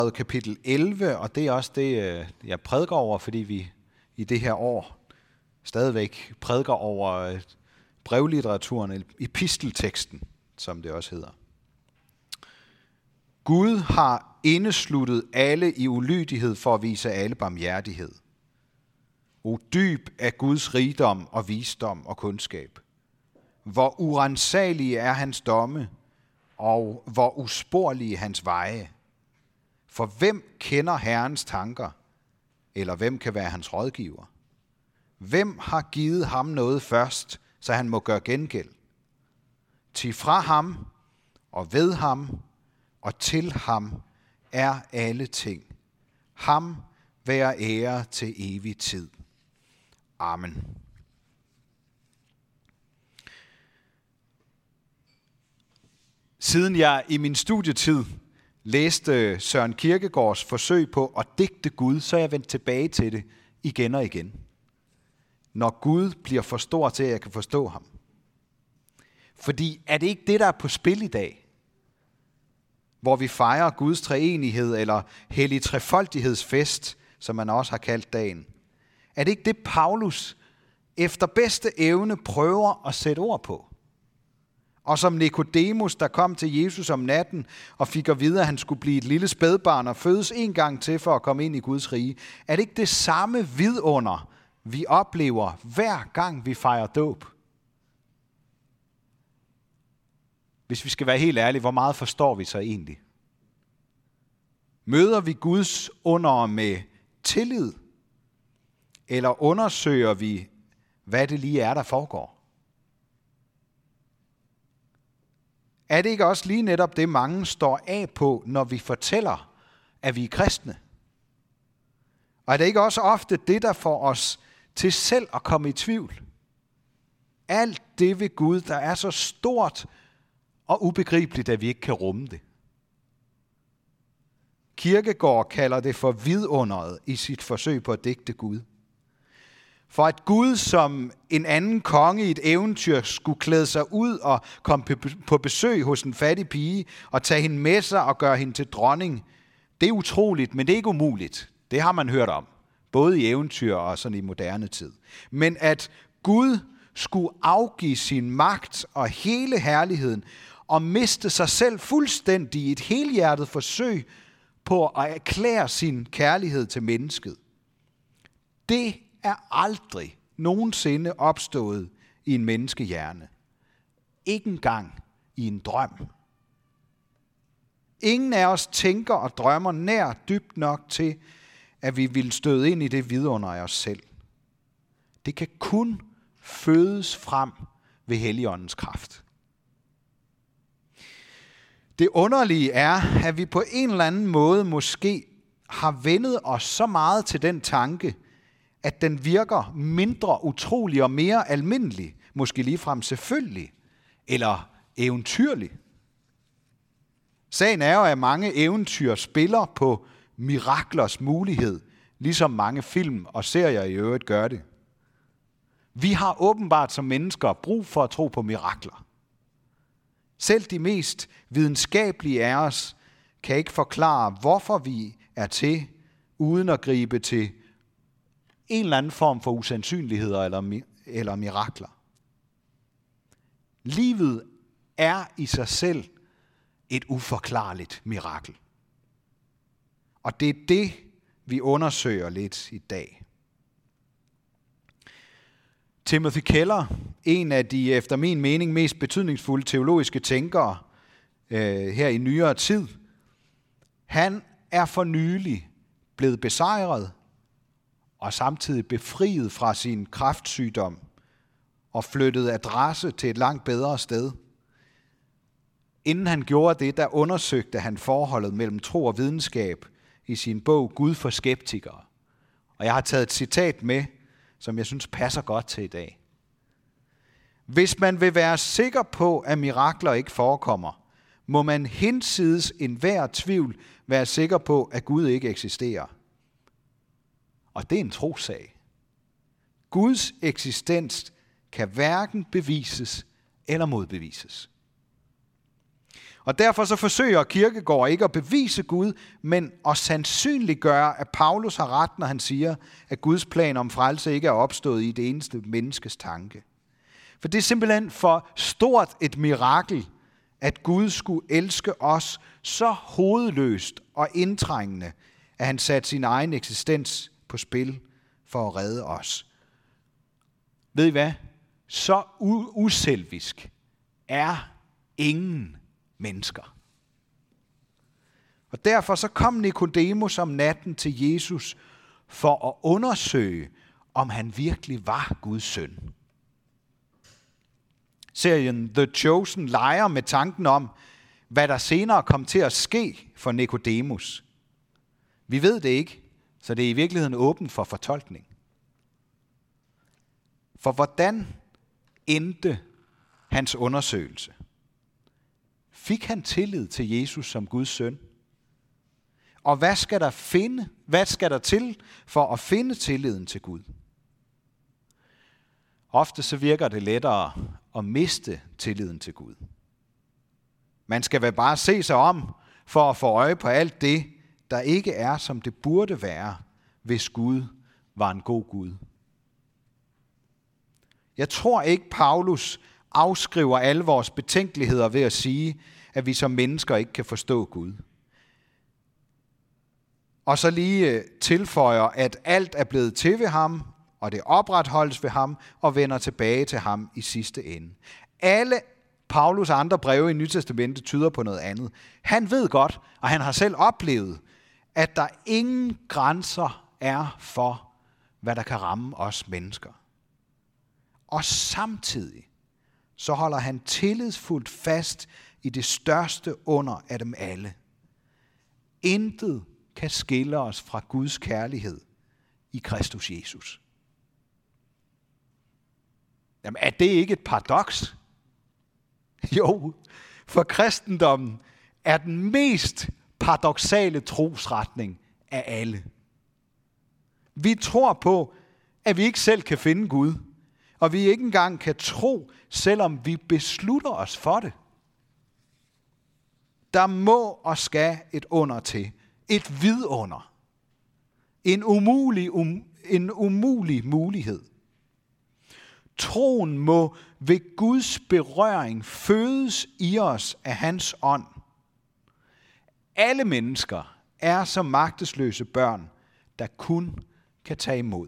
Kapitel 11, og det er også det, jeg prædiker over, fordi vi i det her år stadigvæk prædiker over brevlitteraturen, epistelteksten, som det også hedder. Gud har indesluttet alle i ulydighed for at vise alle barmhjertighed. O dyb af Guds rigdom og visdom og kundskab. Hvor uransagelige er hans domme, og hvor usporlige hans veje. For hvem kender Herrens tanker, eller hvem kan være hans rådgiver? Hvem har givet ham noget først, så han må gøre gengæld? Til fra ham, og ved ham, og til ham er alle ting. Ham være ære til evig tid. Amen. Siden jeg i min studietid læste Søren Kierkegaards forsøg på at digte Gud, så er jeg vendt tilbage til det igen og igen. Når Gud bliver for stor til, at jeg kan forstå ham. Fordi er det ikke det, der er på spil i dag? Hvor vi fejrer Guds treenighed eller hellig trefoldighedsfest, som man også har kaldt dagen. Er det ikke det, Paulus efter bedste evne prøver at sætte ord på? Og som Nikodemus, der kom til Jesus om natten og fik at vide, at han skulle blive et lille spædbarn og fødes en gang til for at komme ind i Guds rige. Er det ikke det samme vidunder, vi oplever hver gang vi fejrer dåb? Hvis vi skal være helt ærlige, hvor meget forstår vi så egentlig? Møder vi Guds under med tillid? Eller undersøger vi, hvad det lige er, der foregår? Er det ikke også lige netop det, mange står af på, når vi fortæller, at vi er kristne? Og er det ikke også ofte det, der får os til selv at komme i tvivl? Alt det ved Gud, der er så stort og ubegribeligt, at vi ikke kan rumme det. Kierkegaard kalder det for vidunderet i sit forsøg på at digte Gud. For at Gud som en anden konge i et eventyr skulle klæde sig ud og komme på besøg hos en fattig pige og tage hende med sig og gøre hende til dronning, det er utroligt, men det er ikke umuligt. Det har man hørt om, både i eventyr og sådan i moderne tid. Men at Gud skulle afgive sin magt og hele herligheden og miste sig selv fuldstændig i et helhjertet forsøg på at erklære sin kærlighed til mennesket, det er aldrig nogensinde opstået i en menneskehjerne. Ikke engang i en drøm. Ingen af os tænker og drømmer nær dybt nok til, at vi vil støde ind i det vidunder af os selv. Det kan kun fødes frem ved Helligåndens kraft. Det underlige er, at vi på en eller anden måde måske har vendet os så meget til den tanke, at den virker mindre utrolig og mere almindelig, måske ligefrem selvfølgelig, eller eventyrlig. Sagen er jo, at mange eventyr spiller på miraklers mulighed, ligesom mange film og serier i øvrigt gør det. Vi har åbenbart som mennesker brug for at tro på mirakler. Selv de mest videnskabelige af os kan ikke forklare, hvorfor vi er til, uden at gribe til en eller anden form for usandsynligheder eller mirakler. Livet er i sig selv et uforklarligt mirakel. Og det er det, vi undersøger lidt i dag. Timothy Keller, en af de efter min mening mest betydningsfulde teologiske tænkere her i nyere tid, han er for nylig blevet besejret og samtidig befriet fra sin kræftsygdom og flyttet adresse til et langt bedre sted. Inden han gjorde det, der undersøgte han forholdet mellem tro og videnskab i sin bog Gud for skeptikere. Og jeg har taget et citat med, som jeg synes passer godt til i dag. Hvis man vil være sikker på, at mirakler ikke forekommer, må man hinsides enhver tvivl være sikker på, at Gud ikke eksisterer. Og det er en trossag. Guds eksistens kan hverken bevises eller modbevises. Og derfor så forsøger Kierkegaard ikke at bevise Gud, men at sandsynliggøre, at Paulus har ret, når han siger, at Guds plan om frelse ikke er opstået i det eneste menneskes tanke. For det er simpelthen for stort et mirakel, at Gud skulle elske os så hovedløst og indtrængende, at han satte sin egen eksistens på spil for at redde os. Ved I hvad? Så uselvisk er ingen mennesker. Og derfor så kom Nikodemus om natten til Jesus for at undersøge, om han virkelig var Guds søn. Serien The Chosen leger med tanken om, hvad der senere kom til at ske for Nikodemus. Vi ved det ikke, så det er i virkeligheden åbent for fortolkning. For hvordan endte hans undersøgelse? Fik han tillid til Jesus som Guds søn? Og hvad skal der til for at finde tilliden til Gud? Ofte så virker det lettere at miste tilliden til Gud. Man skal vel bare se sig om for at få øje på alt det, der ikke er, som det burde være, hvis Gud var en god Gud. Jeg tror ikke, Paulus afskriver alle vores betænkeligheder ved at sige, at vi som mennesker ikke kan forstå Gud. Og så lige tilføjer, at alt er blevet til ved ham, og det opretholdes ved ham og vender tilbage til ham i sidste ende. Alle Paulus' andre breve i Nye Testamentet tyder på noget andet. Han ved godt, og han har selv oplevet, at der ingen grænser er for, hvad der kan ramme os mennesker. Og samtidig så holder han tillidsfuldt fast i det største under af dem alle. Intet kan skille os fra Guds kærlighed i Kristus Jesus. Jamen, er det ikke et paradoks? Jo, for kristendommen er den mest paradoksale trosretning af alle. Vi tror på, at vi ikke selv kan finde Gud, og vi ikke engang kan tro, selvom vi beslutter os for det. Der må og skal et under til. Et vidunder. En umulig mulighed. Troen må ved Guds berøring fødes i os af hans ånd. Alle mennesker er som magtesløse børn, der kun kan tage imod.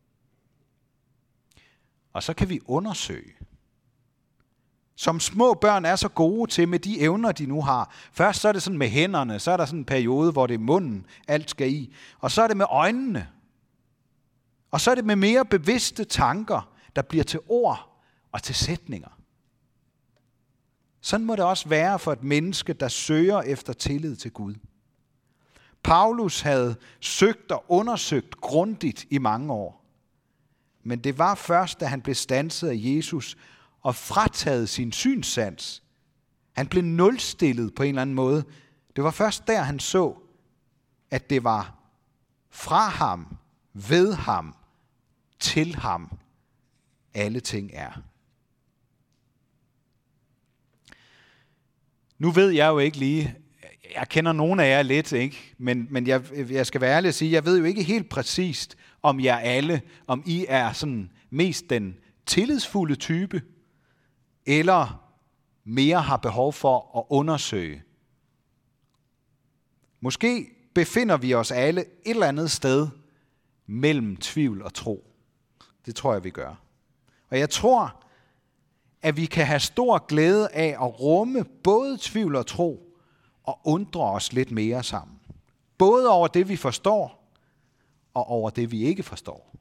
Og så kan vi undersøge. Som små børn er så gode til med de evner, de nu har. Først så er det sådan med hænderne, så er der sådan en periode, hvor det er munden, alt skal i. Og så er det med øjnene. Og så er det med mere bevidste tanker, der bliver til ord og til sætninger. Sådan må det også være for et menneske, der søger efter tillid til Gud. Paulus havde søgt og undersøgt grundigt i mange år. Men det var først, da han blev standset af Jesus og frataget sin synssans. Han blev nulstillet på en eller anden måde. Det var først der, han så, at det var fra ham, ved ham, til ham, alle ting er. Nu ved jeg jo ikke lige, jeg kender nogle af jer lidt, ikke? Men jeg skal være ærlig at sige, jeg ved jo ikke helt præcist, om jer alle, om I er sådan mest den tillidsfulde type, eller mere har behov for at undersøge. Måske befinder vi os alle et eller andet sted mellem tvivl og tro. Det tror jeg, vi gør. Og jeg tror, at vi kan have stor glæde af at rumme både tvivl og tro og undre os lidt mere sammen. Både over det, vi forstår, og over det, vi ikke forstår.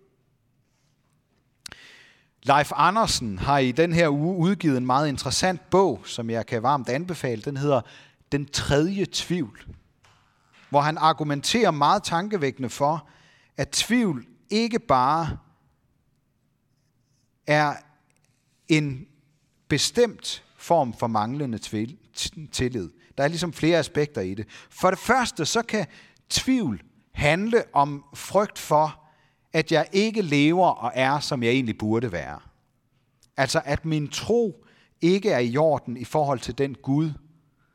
Leif Andersen har i den her uge udgivet en meget interessant bog, som jeg kan varmt anbefale. Den hedder Den tredje tvivl, hvor han argumenterer meget tankevækkende for, at tvivl ikke bare er en bestemt form for manglende tillid. Der er ligesom flere aspekter i det. For det første, så kan tvivl handle om frygt for, at jeg ikke lever og er, som jeg egentlig burde være. Altså, at min tro ikke er i orden i forhold til den Gud,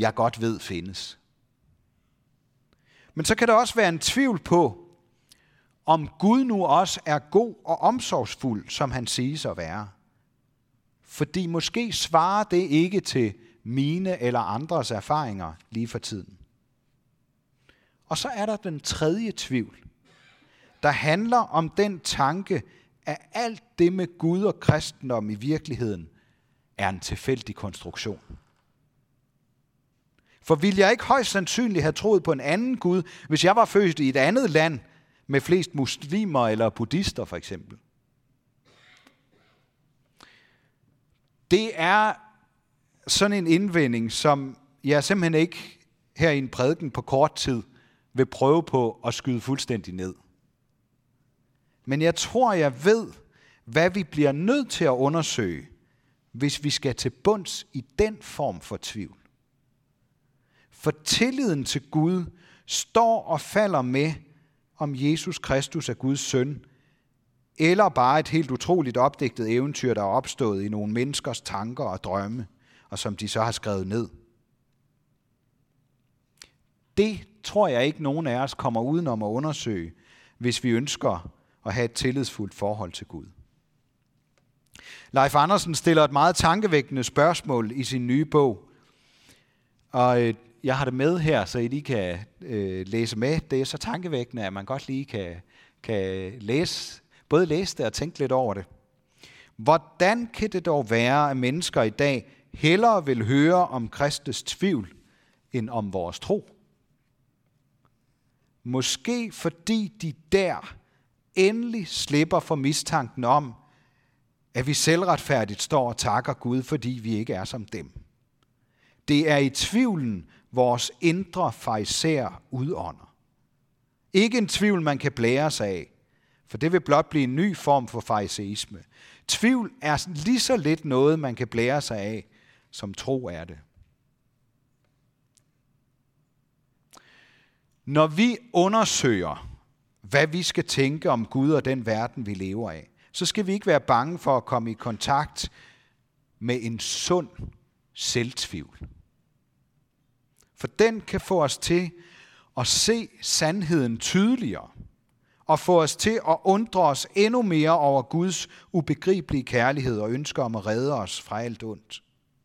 jeg godt ved findes. Men så kan der også være en tvivl på, om Gud nu også er god og omsorgsfuld, som han siges at være. Fordi måske svarer det ikke til mine eller andres erfaringer lige for tiden. Og så er der den tredje tvivl, der handler om den tanke, at alt det med Gud og kristendom i virkeligheden er en tilfældig konstruktion. For ville jeg ikke højst sandsynligt have troet på en anden Gud, hvis jeg var født i et andet land med flest muslimer eller buddhister for eksempel? Det er sådan en indvending, som jeg simpelthen ikke her i en prædiken på kort tid vil prøve på at skyde fuldstændig ned. Men jeg tror, jeg ved, hvad vi bliver nødt til at undersøge, hvis vi skal til bunds i den form for tvivl. For tilliden til Gud står og falder med, om Jesus Kristus er Guds søn, eller bare et helt utroligt opdigtet eventyr, der er opstået i nogle menneskers tanker og drømme, og som de så har skrevet ned. Det tror jeg ikke, nogen af os kommer udenom at undersøge, hvis vi ønsker at have et tillidsfuldt forhold til Gud. Leif Andersen stiller et meget tankevækkende spørgsmål i sin nye bog, og jeg har det med her, så I lige kan læse med. Det er så tankevækkende, at man godt lige kan både læse det og tænke lidt over det. Hvordan kan det dog være, at mennesker i dag hellere vil høre om Kristus tvivl, end om vores tro? Måske fordi de der endelig slipper for mistanken om, at vi selvretfærdigt står og takker Gud, fordi vi ikke er som dem. Det er i tvivlen, vores indre farisæer udånder. Ikke en tvivl, man kan blære sig af, for det vil blot blive en ny form for farisæisme. Tvivl er lige så lidt noget, man kan blære sig af, som tro er det. Når vi undersøger, hvad vi skal tænke om Gud og den verden, vi lever af, så skal vi ikke være bange for at komme i kontakt med en sund selvtvivl. For den kan få os til at se sandheden tydeligere, og få os til at undre os endnu mere over Guds ubegribelige kærlighed og ønsker om at redde os fra alt ondt.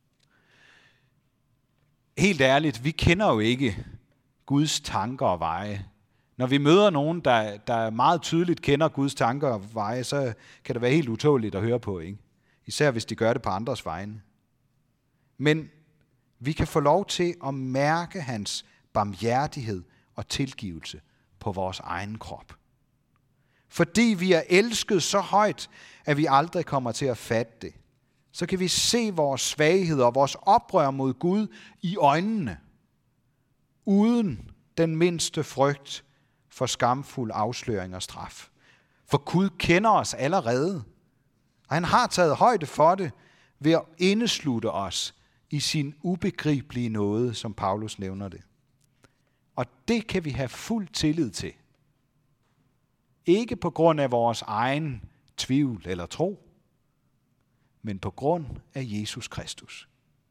Helt ærligt, vi kender jo ikke Guds tanker og veje. Når vi møder nogen, der meget tydeligt kender Guds tanker og veje, så kan det være helt utåligt at høre på, ikke? Især hvis de gør det på andres vegne. Men vi kan få lov til at mærke hans barmhjertighed og tilgivelse på vores egen krop. Fordi vi er elsket så højt, at vi aldrig kommer til at fatte det, så kan vi se vores svagheder og vores oprør mod Gud i øjnene, uden den mindste frygt for skamfuld afsløring og straf. For Gud kender os allerede, og han har taget højde for det ved at indeslutte os i sin ubegribelige nåde, som Paulus nævner det. Og det kan vi have fuld tillid til. Ikke på grund af vores egen tvivl eller tro, men på grund af Jesus Kristus.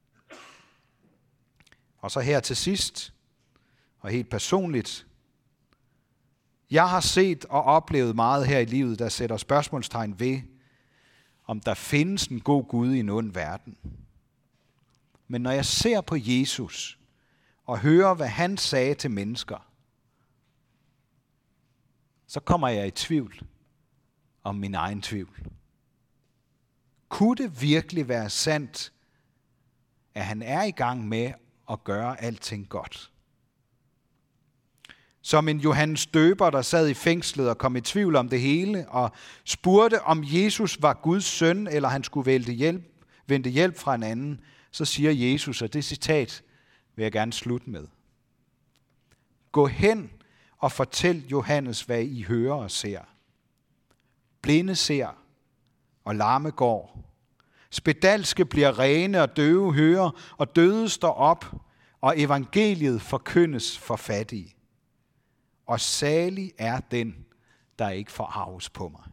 Og så her til sidst, og helt personligt, jeg har set og oplevet meget her i livet, der sætter spørgsmålstegn ved, om der findes en god Gud i en ond verden. Men når jeg ser på Jesus og hører, hvad han sagde til mennesker, så kommer jeg i tvivl om min egen tvivl. Kunne det virkelig være sandt, at han er i gang med at gøre alting godt? Som en Johannes Døber, der sad i fængslet og kom i tvivl om det hele, og spurgte, om Jesus var Guds søn, eller han skulle vente hjælp fra en anden, så siger Jesus, og det citat vil jeg gerne slutte med. Gå hen og fortæl Johannes, hvad I hører og ser. Blinde ser, og lamme går. Spedalske bliver rene, og døve hører, og døde står op, og evangeliet forkyndes for fattige. Og salig er den, der ikke forarves på mig.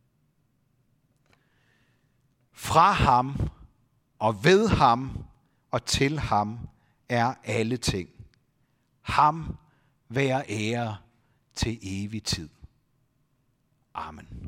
Fra ham, og ved ham, og til ham er alle ting. Ham være ære til evig tid. Amen.